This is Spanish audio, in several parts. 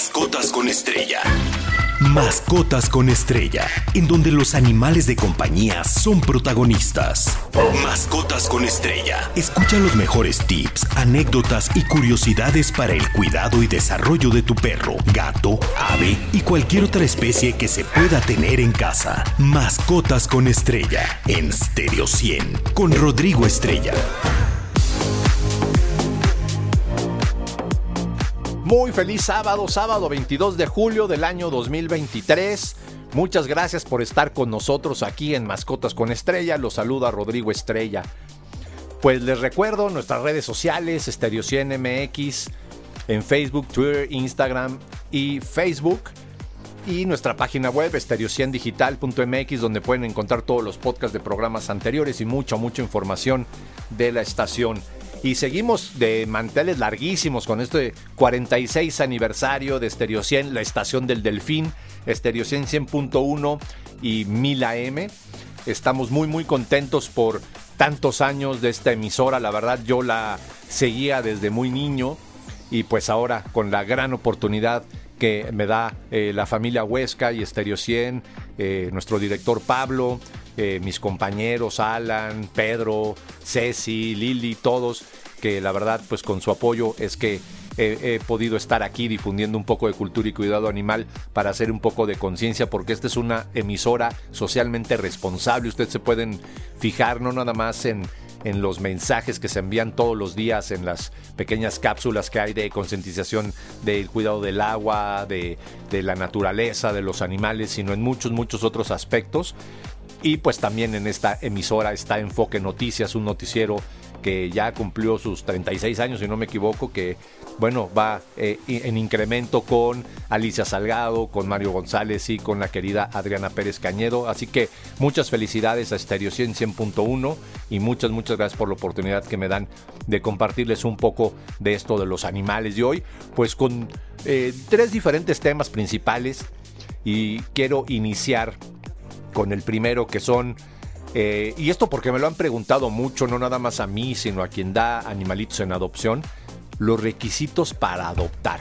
Mascotas con Estrella. Mascotas con Estrella, en donde los animales de compañía son protagonistas. Mascotas con Estrella. Escucha los mejores tips, anécdotas y curiosidades para el cuidado y desarrollo de tu perro, gato, ave y cualquier otra especie que se pueda tener en casa. Mascotas con Estrella, en Stereo 100, con Rodrigo Estrella. Muy feliz sábado 22 de julio del año 2023. Muchas gracias por estar con nosotros aquí en Mascotas con Estrella. Los saluda Rodrigo Estrella. Pues les recuerdo nuestras redes sociales, Stereo 100 MX, en Facebook, Twitter, Instagram y Facebook. Y nuestra página web, stereo100digital.mx, donde pueden encontrar todos los podcasts de programas anteriores y mucha información de la estación. Y seguimos de manteles larguísimos con este 46 aniversario de Stereo 100, la estación del Delfín, Stereo 100 100.1 y 1000 AM. Estamos muy contentos por tantos años de esta emisora. La verdad, yo la seguía desde muy niño y pues ahora con la gran oportunidad que me da la familia Huesca y Stereo 100, nuestro director Pablo, mis compañeros Alan, Pedro, Ceci, Lili, todos, que la verdad pues con su apoyo es que he podido estar aquí difundiendo un poco de cultura y cuidado animal para hacer un poco de conciencia, porque esta es una emisora socialmente responsable. Ustedes se pueden fijar no nada más en los mensajes que se envían todos los días, en las pequeñas cápsulas que hay de concientización del cuidado del agua, de la naturaleza, de los animales, sino en muchos otros aspectos. Y pues también en esta emisora está Enfoque Noticias, un noticiero que ya cumplió sus 36 años, si no me equivoco, que bueno, va en incremento con Alicia Salgado, con Mario González y con la querida Adriana Pérez Cañedo. Así que muchas felicidades a Stereo 100 100.1 y muchas gracias por la oportunidad que me dan de compartirles un poco de esto de los animales. Y hoy pues con 3 diferentes temas principales, y quiero iniciar con el primero, que son, y esto porque me lo han preguntado mucho, no nada más a mí, sino a quien da animalitos en adopción, los requisitos para adoptar.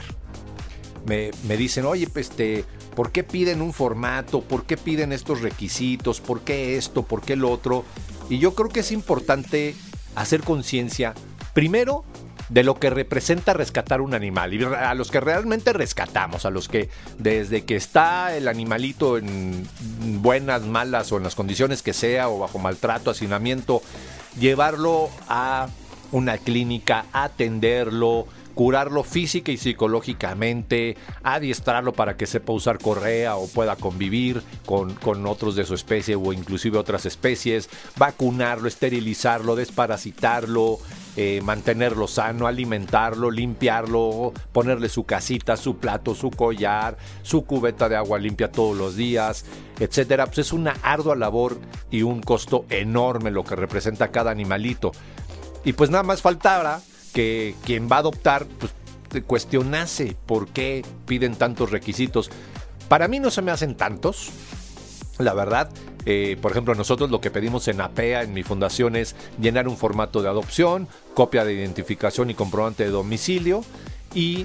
Me dicen, oye, ¿por qué piden un formato? ¿Por qué piden estos requisitos? ¿Por qué esto? ¿Por qué lo otro? Y yo creo que es importante hacer conciencia, primero, de lo que representa rescatar un animal, y a los que realmente rescatamos, a los que desde que está el animalito en buenas, malas o en las condiciones que sea, o bajo maltrato, hacinamiento, llevarlo a una clínica, atenderlo, curarlo física y psicológicamente, adiestrarlo para que sepa usar correa o pueda convivir con otros de su especie o inclusive otras especies, vacunarlo, esterilizarlo, desparasitarlo, mantenerlo sano, alimentarlo, limpiarlo, ponerle su casita, su plato, su collar, su cubeta de agua limpia todos los días, etcétera. Pues es una ardua labor y un costo enorme lo que representa cada animalito. Y pues nada más faltaba que quien va a adoptar pues cuestionase por qué piden tantos requisitos. Para mí no se me hacen tantos, la verdad. Por ejemplo, nosotros lo que pedimos en APEA, en mi fundación, es llenar un formato de adopción, copia de identificación y comprobante de domicilio, y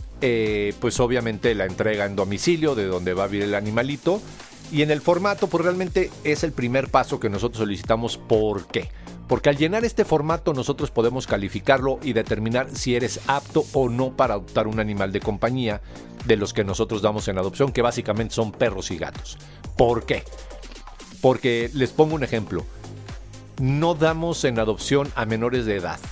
pues obviamente la entrega en domicilio de donde va a vivir el animalito. Y en el formato pues realmente es el primer paso que nosotros solicitamos. ¿Por qué? Porque al llenar este formato nosotros podemos calificarlo y determinar si eres apto o no para adoptar un animal de compañía de los que nosotros damos en adopción, que básicamente son perros y gatos. ¿Por qué? Porque les pongo un ejemplo. No damos en adopción a menores de edad.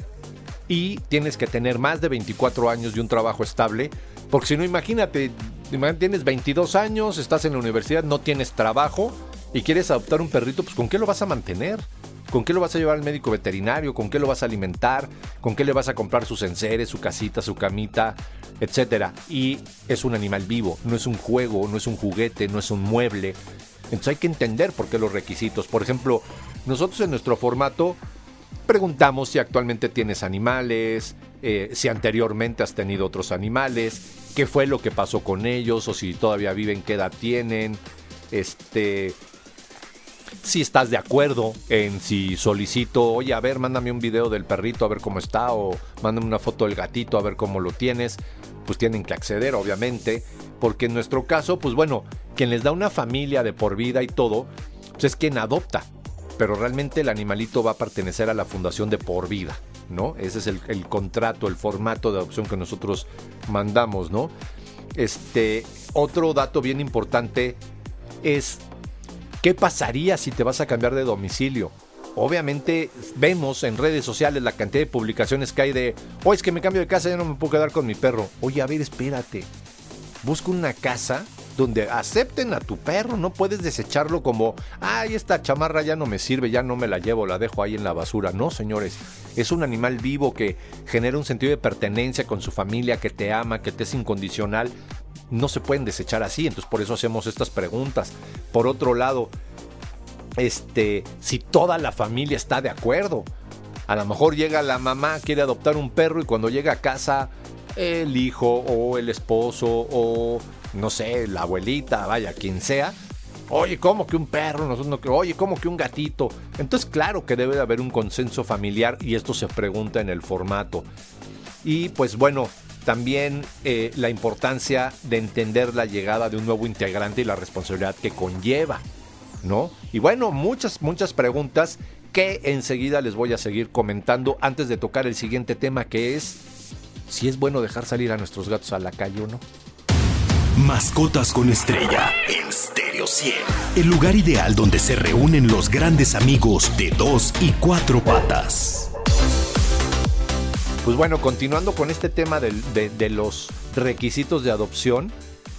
Y tienes que tener más de 24 años y un trabajo estable, porque si no, imagínate, tienes 22 años, estás en la universidad, no tienes trabajo y quieres adoptar un perrito, pues ¿con qué lo vas a mantener? ¿Con qué lo vas a llevar al médico veterinario? ¿Con qué lo vas a alimentar? ¿Con qué le vas a comprar sus enseres, su casita, su camita, etcétera? Y es un animal vivo, no es un juego, no es un juguete, no es un mueble. Entonces hay que entender por qué los requisitos. Por ejemplo, nosotros en nuestro formato preguntamos si actualmente tienes animales, si anteriormente has tenido otros animales, qué fue lo que pasó con ellos, o si todavía viven, qué edad tienen, si estás de acuerdo en si solicito, oye, a ver, mándame un video del perrito a ver cómo está, o mándame una foto del gatito a ver cómo lo tienes, pues tienen que acceder, obviamente, porque en nuestro caso, pues bueno, quien les da una familia de por vida y todo, pues es quien adopta, pero realmente el animalito va a pertenecer a la fundación de por vida, ¿no? Ese es el contrato, el formato de adopción que nosotros mandamos, ¿no? Otro dato bien importante es ¿qué pasaría si te vas a cambiar de domicilio? Obviamente vemos en redes sociales la cantidad de publicaciones que hay de, oye, es que me cambio de casa, ya no me puedo quedar con mi perro. Oye, a ver, espérate. Busca una casa donde acepten a tu perro, no puedes desecharlo como, ay, esta chamarra ya no me sirve, ya no me la llevo, la dejo ahí en la basura. No, señores, es un animal vivo que genera un sentido de pertenencia con su familia, que te ama, que te es incondicional. No se pueden desechar así, entonces por eso hacemos estas preguntas. Por otro lado, si toda la familia está de acuerdo, a lo mejor llega la mamá, quiere adoptar un perro y cuando llega a casa el hijo o el esposo o no sé, la abuelita, vaya, quien sea, oye, ¿cómo que un perro? Nosotros no, oye, ¿cómo que un gatito? Entonces claro que debe de haber un consenso familiar y esto se pregunta en el formato. Y pues bueno, también la importancia de entender la llegada de un nuevo integrante y la responsabilidad que conlleva, ¿no? Y bueno, muchas preguntas que enseguida les voy a seguir comentando antes de tocar el siguiente tema, que es si es bueno dejar salir a nuestros gatos a la calle o no. Mascotas con Estrella en Stereo 100. El lugar ideal donde se reúnen los grandes amigos de 2 y 4 patas. Pues bueno, continuando con este tema de los requisitos de adopción,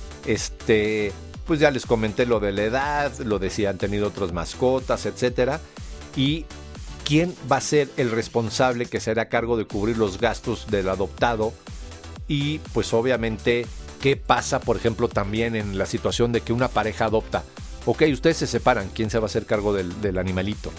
pues ya les comenté lo de la edad, lo de si han tenido otras mascotas, etcétera, y quién va a ser el responsable que será a cargo de cubrir los gastos del adoptado y pues obviamente qué pasa, por ejemplo, también en la situación de que una pareja adopta. Ok, ustedes se separan, ¿quién se va a hacer cargo del animalito?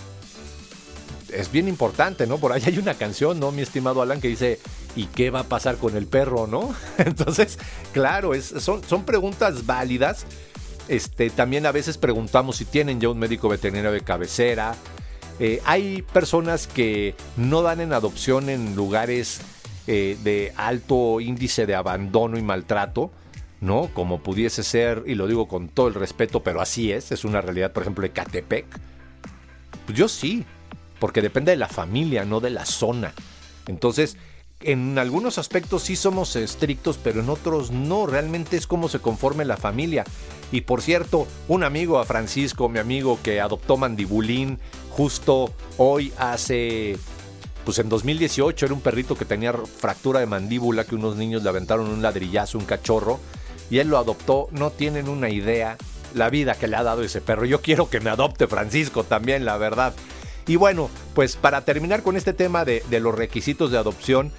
Es bien importante, ¿no? Por ahí hay una canción, ¿no, mi estimado Alan, que dice, ¿y qué va a pasar con el perro, no? Entonces, claro, son preguntas válidas. También a veces preguntamos si tienen ya un médico veterinario de cabecera. Hay personas que no dan en adopción en lugares de alto índice de abandono y maltrato, ¿no? Como pudiese ser, y lo digo con todo el respeto, pero así es una realidad, por ejemplo, Ecatepec. Pues yo sí, porque depende de la familia, no de la zona. Entonces, en algunos aspectos sí somos estrictos, pero en otros no. Realmente es como se conforme la familia. Y por cierto, un amigo, a Francisco, mi amigo que adoptó Mandibulín, justo hoy pues en 2018, era un perrito que tenía fractura de mandíbula, que unos niños le aventaron un ladrillazo, un cachorro, y él lo adoptó. No tienen una idea la vida que le ha dado ese perro. Yo quiero que me adopte Francisco también, la verdad. Y bueno, pues para terminar con este tema de los requisitos de adopción,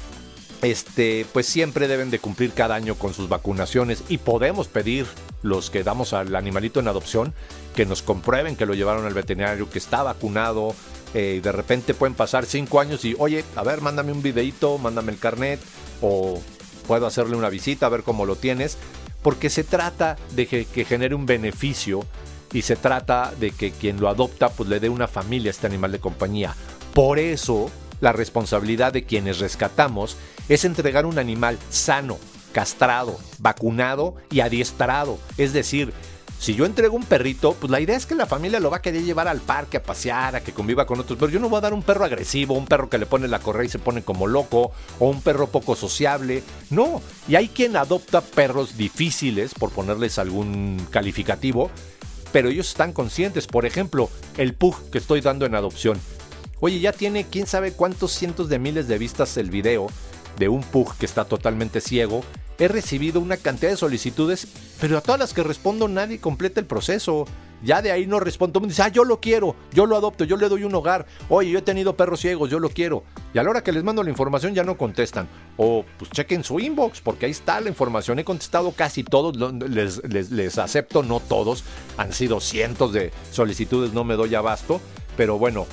pues siempre deben de cumplir cada año con sus vacunaciones y podemos pedir, los que damos al animalito en adopción, que nos comprueben que lo llevaron al veterinario, que está vacunado. De repente pueden pasar 5 años y, oye, a ver, mándame un videito, mándame el carnet, o puedo hacerle una visita a ver cómo lo tienes, porque se trata de que genere un beneficio y se trata de que quien lo adopta pues le dé una familia a este animal de compañía. Por eso la responsabilidad de quienes rescatamos es entregar un animal sano, castrado, vacunado y adiestrado. Es decir, si yo entrego un perrito, pues la idea es que la familia lo va a querer llevar al parque a pasear, a que conviva con otros, pero yo no voy a dar un perro agresivo, un perro que le pone la correa y se pone como loco, o un perro poco sociable. No, y hay quien adopta perros difíciles, por ponerles algún calificativo, pero ellos están conscientes. Por ejemplo, el pug que estoy dando en adopción. Oye, ya tiene quién sabe cuántos cientos de miles de vistas el video de un pug que está totalmente ciego. He recibido una cantidad de solicitudes, pero a todas las que respondo nadie completa el proceso. Ya de ahí no respondo. Me dice, yo lo quiero, yo lo adopto, yo le doy un hogar. Oye, yo he tenido perros ciegos, yo lo quiero. Y a la hora que les mando la información ya no contestan. O pues chequen su inbox, porque ahí está la información. He contestado casi todos, les acepto, no todos. Han sido cientos de solicitudes, no me doy abasto. Pero bueno,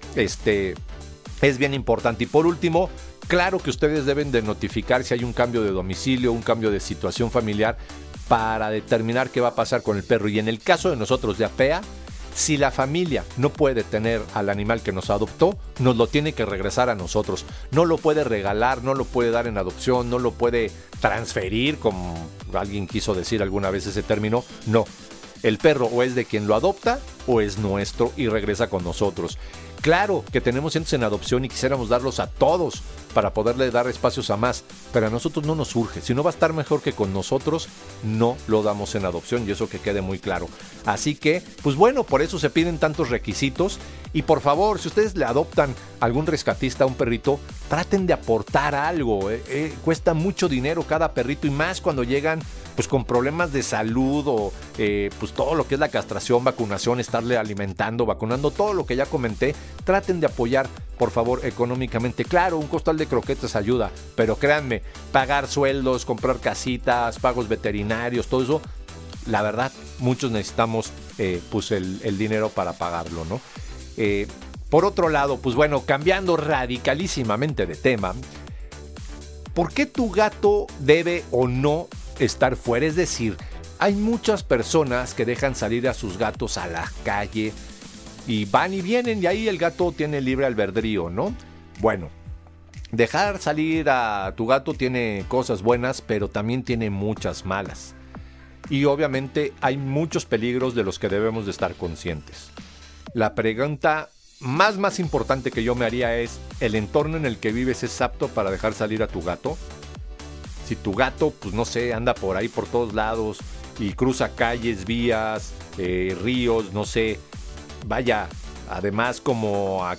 es bien importante. Y por último, claro que ustedes deben de notificar si hay un cambio de domicilio, un cambio de situación familiar, para determinar qué va a pasar con el perro. Y en el caso de nosotros de APEA, Si la familia no puede tener al animal que nos adoptó, nos lo tiene que regresar a nosotros. No lo puede regalar, no lo puede dar en adopción, no lo puede transferir, como alguien quiso decir alguna vez ese término. No, el perro o es de quien lo adopta o es nuestro y regresa con nosotros. Claro que tenemos cientos en adopción y quisiéramos darlos a todos para poderle dar espacios a más, pero a nosotros no nos surge. Si no va a estar mejor que con nosotros, no lo damos en adopción, y eso que quede muy claro. Así que, pues bueno, por eso se piden tantos requisitos. Y por favor, si ustedes le adoptan a algún rescatista, a un perrito, traten de aportar algo. Cuesta mucho dinero cada perrito, y más cuando llegan pues con problemas de salud o pues todo lo que es la castración, vacunación, estarle alimentando, vacunando, todo lo que ya comenté. Traten de apoyar, por favor, económicamente. Claro, un costal de croquetas ayuda, pero créanme, pagar sueldos, comprar casitas, pagos veterinarios, todo eso, la verdad, muchos necesitamos pues el dinero para pagarlo, ¿no? Por otro lado, pues bueno, cambiando radicalísimamente de tema, ¿por qué tu gato debe o no estar fuera? Es decir, hay muchas personas que dejan salir a sus gatos a la calle y van y vienen, y ahí el gato tiene libre albedrío, ¿no? Bueno, dejar salir a tu gato tiene cosas buenas, pero también tiene muchas malas. Y obviamente hay muchos peligros de los que debemos de estar conscientes. La pregunta más importante que yo me haría es: ¿el entorno en el que vives es apto para dejar salir a tu gato? Si tu gato, pues no sé, anda por ahí por todos lados y cruza calles, vías, ríos, no sé, vaya, además como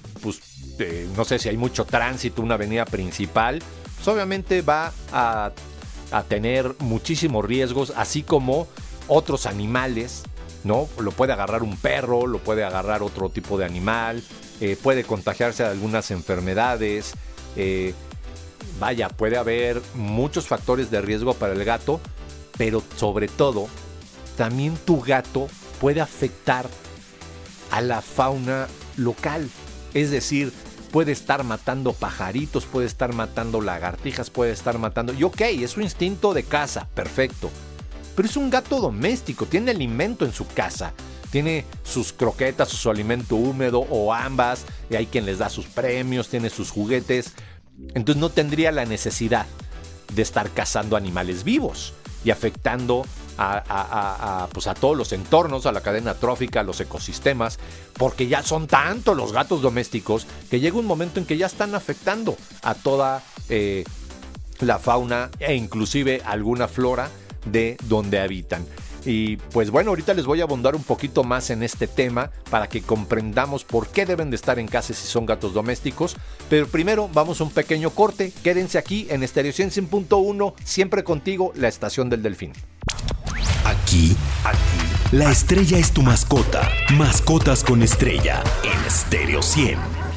no sé si hay mucho tránsito, una avenida principal, pues obviamente va a tener muchísimos riesgos, así como otros animales, ¿no? Lo puede agarrar un perro, lo puede agarrar otro tipo de animal, puede contagiarse de algunas enfermedades, vaya, puede haber muchos factores de riesgo para el gato, pero sobre todo, también tu gato puede afectar a la fauna local. Es decir, puede estar matando pajaritos, puede estar matando lagartijas, puede estar matando... Y ok, es su instinto de caza, perfecto. Pero es un gato doméstico, tiene alimento en su casa. Tiene sus croquetas, su alimento húmedo o ambas. Y hay quien les da sus premios, tiene sus juguetes. Entonces no tendría la necesidad de estar cazando animales vivos y afectando pues a todos los entornos, a la cadena trófica, a los ecosistemas, porque ya son tantos los gatos domésticos que llega un momento en que ya están afectando a toda la fauna e inclusive alguna flora de donde habitan. Y pues bueno, ahorita les voy a abundar un poquito más en este tema para que comprendamos por qué deben de estar en casa si son gatos domésticos. Pero primero vamos a un pequeño corte. Quédense aquí en Stereo 100.1, siempre contigo, la estación del Delfín. Aquí, la estrella es tu mascota. Mascotas con Estrella en Stereo 100.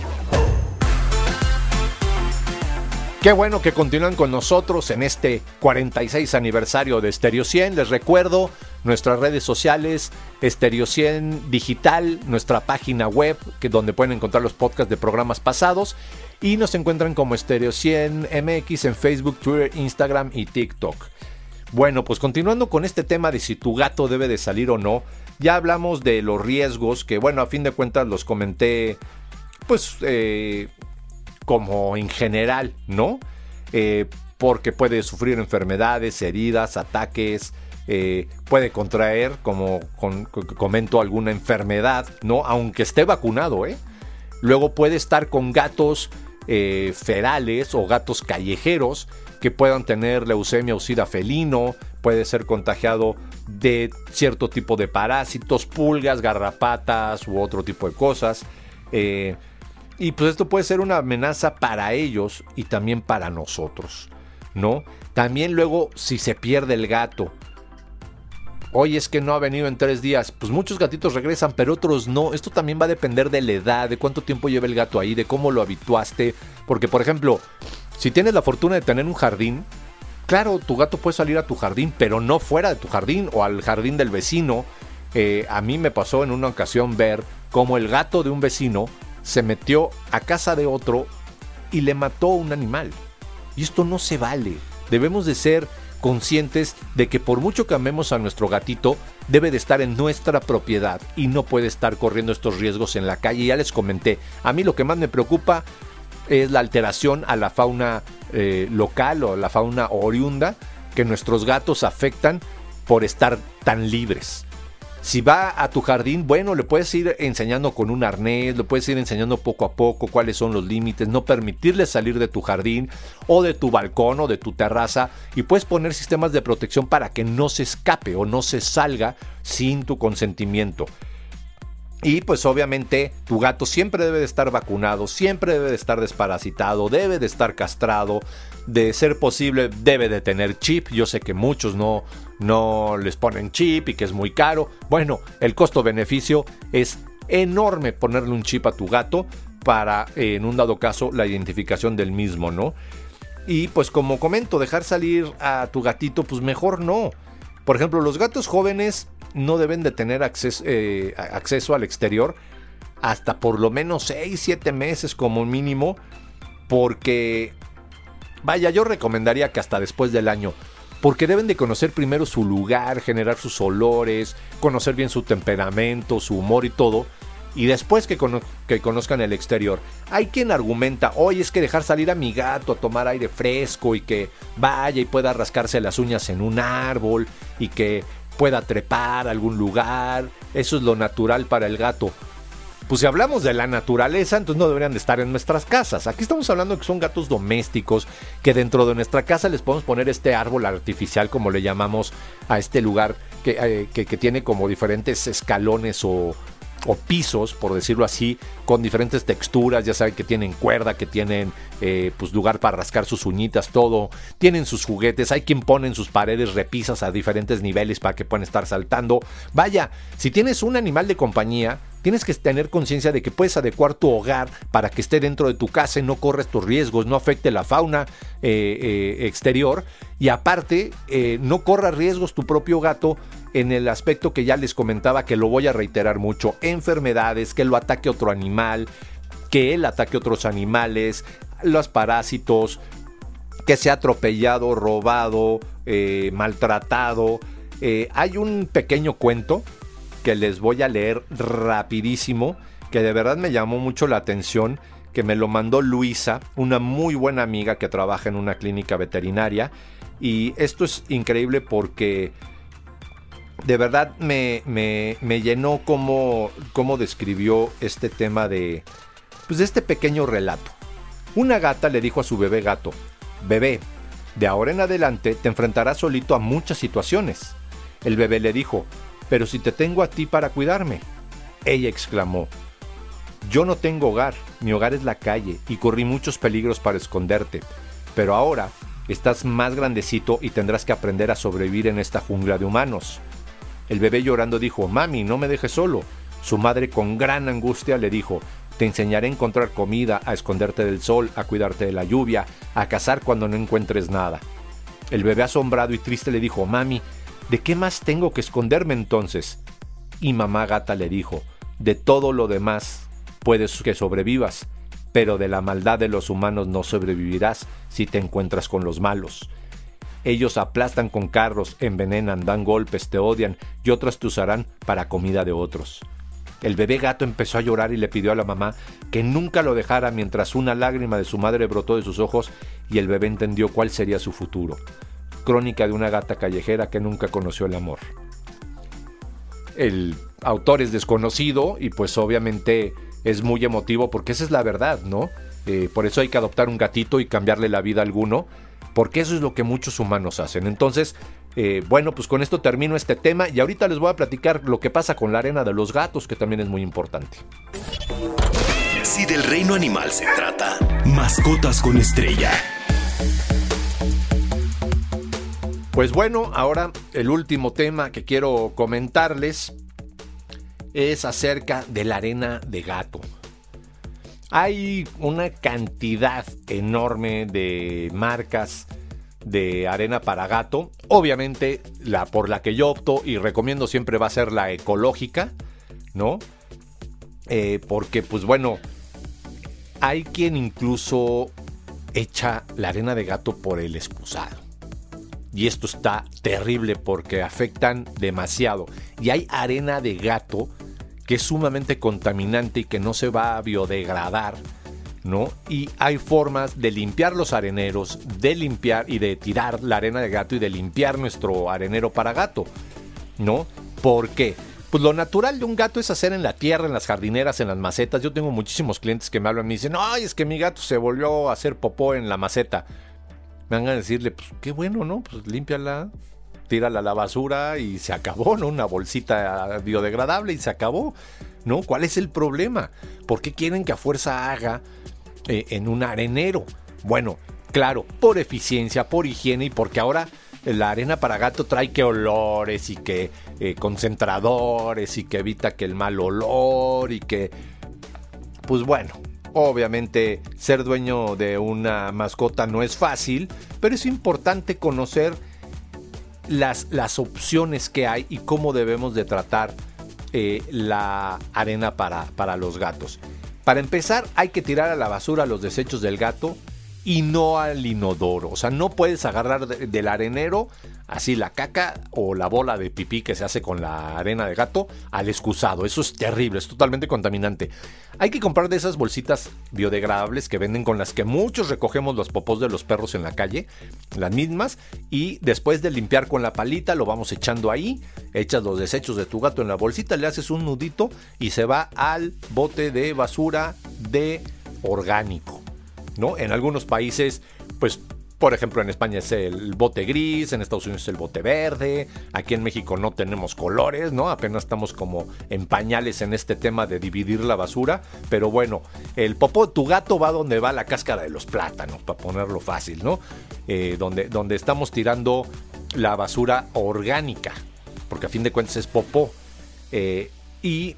Qué bueno que continúan con nosotros en este 46 aniversario de Stereo 100. Les recuerdo nuestras redes sociales, Stereo 100 Digital, nuestra página web, donde pueden encontrar los podcasts de programas pasados, y nos encuentran como Stereo 100 MX en Facebook, Twitter, Instagram y TikTok. Bueno, pues continuando con este tema de si tu gato debe de salir o no, ya hablamos de los riesgos, que bueno, a fin de cuentas los comenté, pues como en general, ¿no? Porque puede sufrir enfermedades, heridas, ataques, puede contraer, como comento, alguna enfermedad, ¿no? Aunque esté vacunado, ¿eh? Luego puede estar con gatos ferales o gatos callejeros que puedan tener leucemia o sida felino, puede ser contagiado de cierto tipo de parásitos, pulgas, garrapatas u otro tipo de cosas. Y pues esto puede ser una amenaza para ellos y también para nosotros, ¿no? También luego, si se pierde el gato, oye, es que no ha venido en 3 días, pues muchos gatitos regresan, pero otros no. Esto también va a depender de la edad, de cuánto tiempo lleva el gato ahí, de cómo lo habituaste. Porque, por ejemplo, si tienes la fortuna de tener un jardín, claro, tu gato puede salir a tu jardín, pero no fuera de tu jardín o al jardín del vecino. A mí me pasó en una ocasión ver cómo el gato de un vecino se metió a casa de otro y le mató a un animal. Y esto no se vale. Debemos de ser conscientes de que por mucho que amemos a nuestro gatito, debe de estar en nuestra propiedad y no puede estar corriendo estos riesgos en la calle. Ya les comenté, a mí lo que más me preocupa es la alteración a la fauna local o la fauna oriunda que nuestros gatos afectan por estar tan libres. Si va a tu jardín, bueno, le puedes ir enseñando con un arnés, le puedes ir enseñando poco a poco cuáles son los límites, no permitirle salir de tu jardín o de tu balcón o de tu terraza, y puedes poner sistemas de protección para que no se escape o no se salga sin tu consentimiento. Y pues obviamente tu gato siempre debe de estar vacunado, siempre debe de estar desparasitado, debe de estar castrado, de ser posible debe de tener chip. Yo sé que muchos no les ponen chip y que es muy caro. Bueno, el costo-beneficio es enorme ponerle un chip a tu gato para, en un dado caso, la identificación del mismo, ¿no? Y pues como comento, dejar salir a tu gatito, pues mejor no. Por ejemplo, los gatos jóvenes no deben de tener acceso al exterior hasta por lo menos 6-7 meses como mínimo, porque, vaya, yo recomendaría que hasta después del año, porque deben de conocer primero su lugar, generar sus olores, conocer bien su temperamento, su humor y todo, y después que conozcan el exterior. Hay quien argumenta, oye, es que dejar salir a mi gato a tomar aire fresco y que vaya y pueda rascarse las uñas en un árbol y que pueda trepar a algún lugar, eso es lo natural para el gato. Pues si hablamos de la naturaleza, entonces no deberían de estar en nuestras casas. Aquí estamos hablando que son gatos domésticos, que dentro de nuestra casa les podemos poner este árbol artificial, como le llamamos a este lugar, que tiene como diferentes escalones o pisos, por decirlo así, con diferentes texturas. Ya saben que tienen cuerda, que tienen pues lugar para rascar sus uñitas, todo. Tienen sus juguetes, hay quien pone en sus paredes repisas a diferentes niveles para que puedan estar saltando. Vaya, si tienes un animal de compañía, tienes que tener conciencia de que puedes adecuar tu hogar para que esté dentro de tu casa y no corres tus riesgos, no afecte la fauna exterior, y aparte no corra riesgos tu propio gato en el aspecto que ya les comentaba, que lo voy a reiterar mucho: enfermedades, que lo ataque otro animal, que él ataque otros animales, los parásitos, que sea atropellado, robado, maltratado. Hay un pequeño cuento que les voy a leer rapidísimo, que de verdad me llamó mucho la atención, que me lo mandó Luisa, una muy buena amiga que trabaja en una clínica veterinaria. Y esto es increíble porque de verdad me llenó cómo describió este tema de este pequeño relato. Una gata le dijo a su bebé gato: bebé, de ahora en adelante te enfrentarás solito a muchas situaciones. El bebé le dijo: pero si te tengo a ti para cuidarme. Ella exclamó: yo no tengo hogar, mi hogar es la calle y corrí muchos peligros para esconderte, pero ahora estás más grandecito y tendrás que aprender a sobrevivir en esta jungla de humanos. El bebé llorando dijo: mami, no me dejes solo. Su madre con gran angustia le dijo: te enseñaré a encontrar comida, a esconderte del sol, a cuidarte de la lluvia, a cazar cuando no encuentres nada. El bebé asombrado y triste le dijo: mami, ¿de qué más tengo que esconderme entonces? Y mamá gata le dijo: de todo lo demás puedes que sobrevivas, pero de la maldad de los humanos no sobrevivirás si te encuentras con los malos. Ellos aplastan con carros, envenenan, dan golpes, te odian y otros te usarán para comida de otros. El bebé gato empezó a llorar y le pidió a la mamá que nunca lo dejara, mientras una lágrima de su madre brotó de sus ojos y el bebé entendió cuál sería su futuro. Crónica de una gata callejera que nunca conoció el amor. El autor es desconocido y pues obviamente es muy emotivo porque esa es la verdad, ¿no? Por eso hay que adoptar un gatito y cambiarle la vida a alguno, porque eso es lo que muchos humanos hacen. Entonces, bueno, pues con esto termino este tema y ahorita les voy a platicar lo que pasa con la arena de los gatos, que también es muy importante. Si del reino animal se trata, Mascotas con Estrella. Pues bueno, ahora el último tema que quiero comentarles es acerca de la arena de gato. Hay una cantidad enorme de marcas de arena para gato. Obviamente la por la que yo opto y recomiendo siempre va a ser la ecológica, ¿no? Porque pues bueno, hay quien incluso echa la arena de gato por el excusado. y esto está terrible porque afectan demasiado. Y hay arena de gato que es sumamente contaminante y que no se va a biodegradar, ¿no? Y hay formas de limpiar los areneros, de limpiar y de tirar la arena de gato y de limpiar nuestro arenero para gato, ¿no? ¿Por qué? Pues lo natural de un gato es hacer en la tierra, en las jardineras, en las macetas. Yo tengo muchísimos clientes que me hablan y me dicen, ay, es que mi gato se volvió a hacer popó en la maceta. Me van a decirle, pues qué bueno, ¿no? Pues límpiala, tírala a la basura y se acabó, ¿no? Una bolsita biodegradable y se acabó, ¿no? ¿Cuál es el problema? ¿Por qué quieren que a fuerza haga en un arenero? Bueno, claro, por eficiencia, por higiene y porque ahora la arena para gato trae que olores y que concentradores y que evita que el mal olor y que, pues bueno, obviamente ser dueño de una mascota no es fácil, pero es importante conocer las opciones que hay y cómo debemos de tratar la arena para los gatos. Para empezar, hay que tirar a la basura los desechos del gato y no al inodoro. O sea, no puedes agarrar del arenero así la caca o la bola de pipí que se hace con la arena de gato al excusado. Eso es terrible, es totalmente contaminante. Hay que comprar de esas bolsitas biodegradables que venden, con las que muchos recogemos los popós de los perros en la calle, las mismas, y después de limpiar con la palita lo vamos echando ahí, echas los desechos de tu gato en la bolsita, le haces un nudito y se va al bote de basura de orgánico, ¿no? En algunos países, pues, por ejemplo, en España es el bote gris, en Estados Unidos es el bote verde, aquí en México no tenemos colores, ¿no? Apenas estamos como en pañales en este tema de dividir la basura, pero bueno, el popó de tu gato va donde va la cáscara de los plátanos, para ponerlo fácil, ¿no? Donde estamos tirando la basura orgánica, porque a fin de cuentas es popó, y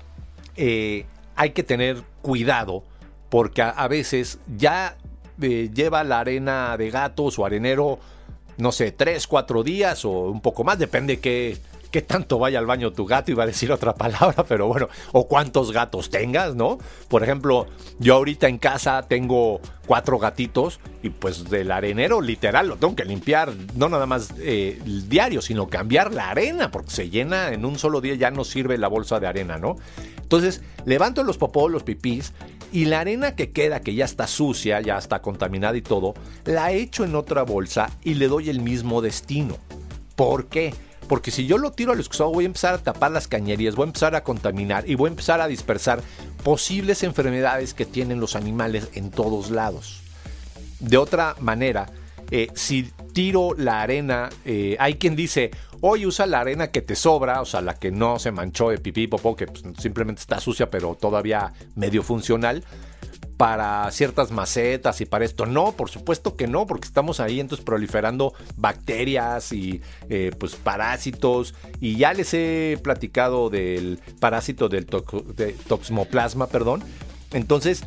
hay que tener cuidado, porque a veces ya lleva la arena de gato o su arenero, no sé, 3-4 días o un poco más, depende qué tanto vaya al baño tu gato, iba a decir otra palabra, pero bueno, o cuántos gatos tengas, ¿no? Por ejemplo, yo ahorita en casa tengo 4 gatitos y pues del arenero literal lo tengo que limpiar, no nada más diario, sino cambiar la arena, porque se llena en un solo día, ya no sirve la bolsa de arena, ¿no? Entonces, levanto los popós, los pipís, y la arena que queda, que ya está sucia, ya está contaminada y todo, la echo en otra bolsa y le doy el mismo destino. ¿Por qué? Porque si yo lo tiro al excusado, voy a empezar a tapar las cañerías, voy a empezar a contaminar y voy a empezar a dispersar posibles enfermedades que tienen los animales en todos lados. De otra manera, si tiro la arena, hay quien dice, oye, usa la arena que te sobra, o sea, la que no se manchó de pipí y popó, que pues, simplemente está sucia pero todavía medio funcional, para ciertas macetas y para esto. No, por supuesto que no, porque estamos ahí entonces proliferando bacterias y pues parásitos, y ya les he platicado del parásito del toxoplasma, perdón. Entonces,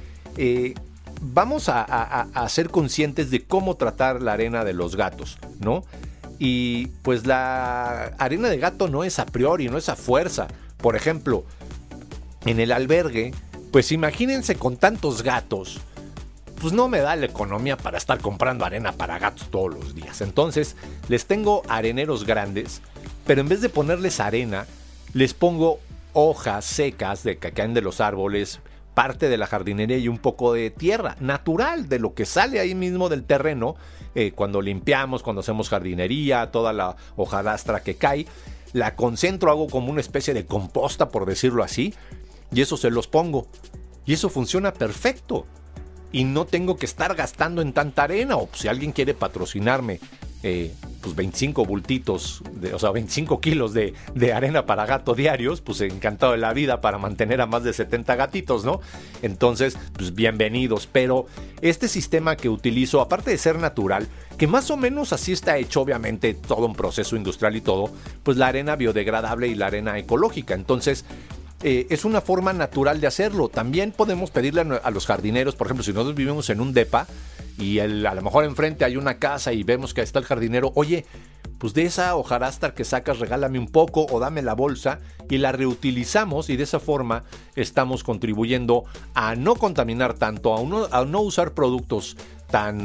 vamos a ser conscientes de cómo tratar la arena de los gatos, ¿no? Y pues la arena de gato no es a priori, no es a fuerza. Por ejemplo, en el albergue, pues imagínense con tantos gatos, pues no me da la economía para estar comprando arena para gatos todos los días. Entonces les tengo areneros grandes, pero en vez de ponerles arena, les pongo hojas secas que caen de los árboles, parte de la jardinería y un poco de tierra natural, de lo que sale ahí mismo del terreno, cuando limpiamos, cuando hacemos jardinería, toda la hojarastra que cae, la concentro, hago como una especie de composta, por decirlo así, y eso se los pongo, y eso funciona perfecto, y no tengo que estar gastando en tanta arena. O si alguien quiere patrocinarme, pues 25 bultitos, o sea 25 kilos de arena para gato diarios, pues encantado de la vida para mantener a más de 70 gatitos, ¿no? Entonces, pues bienvenidos. Pero este sistema que utilizo, aparte de ser natural, que más o menos así está hecho, obviamente todo un proceso industrial y todo, pues la arena biodegradable y la arena ecológica. Entonces, es una forma natural de hacerlo. También podemos pedirle a los jardineros, por ejemplo, si nosotros vivimos en un depa y a lo mejor enfrente hay una casa y vemos que está el jardinero, oye, pues de esa hojarastra que sacas regálame un poco o dame la bolsa, y la reutilizamos, y de esa forma estamos contribuyendo a no contaminar tanto, a no usar productos tan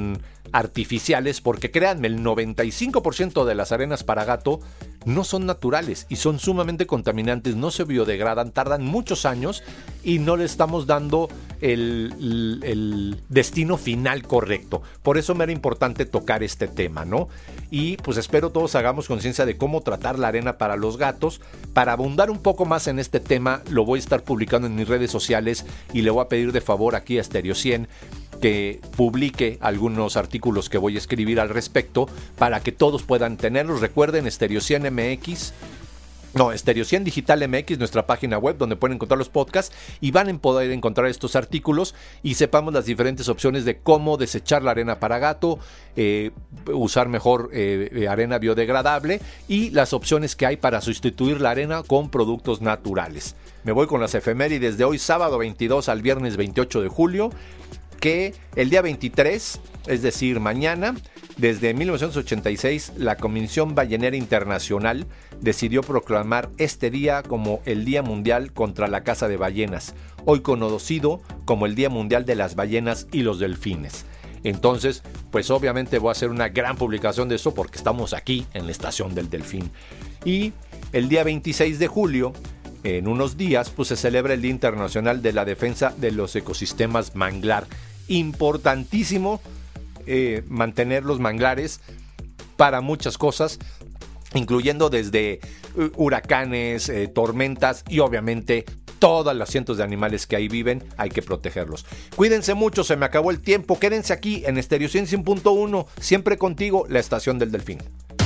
artificiales, porque créanme, el 95% de las arenas para gato no son naturales y son sumamente contaminantes, no se biodegradan, tardan muchos años y no le estamos dando el destino final correcto. Por eso me era importante tocar este tema, ¿no? Y pues espero todos hagamos conciencia de cómo tratar la arena para los gatos. Para abundar un poco más en este tema, lo voy a estar publicando en mis redes sociales y le voy a pedir de favor aquí a Stereo 100 que publique algunos artículos que voy a escribir al respecto para que todos puedan tenerlos. Recuerden, Stereo 100 MX, Stereo 100 Digital MX, nuestra página web donde pueden encontrar los podcasts y van a poder encontrar estos artículos y sepamos las diferentes opciones de cómo desechar la arena para gato, usar mejor arena biodegradable y las opciones que hay para sustituir la arena con productos naturales. Me voy con las efemérides de hoy, sábado 22 al viernes 28 de julio. Que el día 23, es decir, mañana, desde 1986, la Comisión Ballenera Internacional decidió proclamar este día como el Día Mundial contra la Caza de Ballenas, hoy conocido como el Día Mundial de las Ballenas y los Delfines. Entonces, pues obviamente voy a hacer una gran publicación de eso porque estamos aquí en la Estación del Delfín. Y el día 26 de julio, en unos días, pues se celebra el Día Internacional de la Defensa de los Ecosistemas Manglar. Importantísimo mantener los manglares para muchas cosas, incluyendo desde huracanes, tormentas y obviamente todas las cientos de animales que ahí viven, hay que protegerlos. Cuídense mucho, se me acabó el tiempo, quédense aquí en Stereo 100.1, siempre contigo, la Estación del Delfín.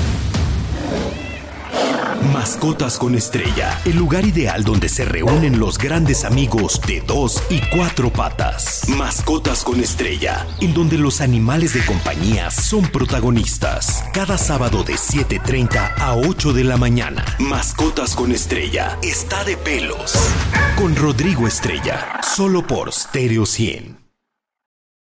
Mascotas con Estrella, el lugar ideal donde se reúnen los grandes amigos de 2 y 4 patas. Mascotas con Estrella, en donde los animales de compañía son protagonistas. Cada sábado de 7:30 a 8 de la mañana. Mascotas con Estrella está de pelos. Con Rodrigo Estrella, solo por Stereo 100.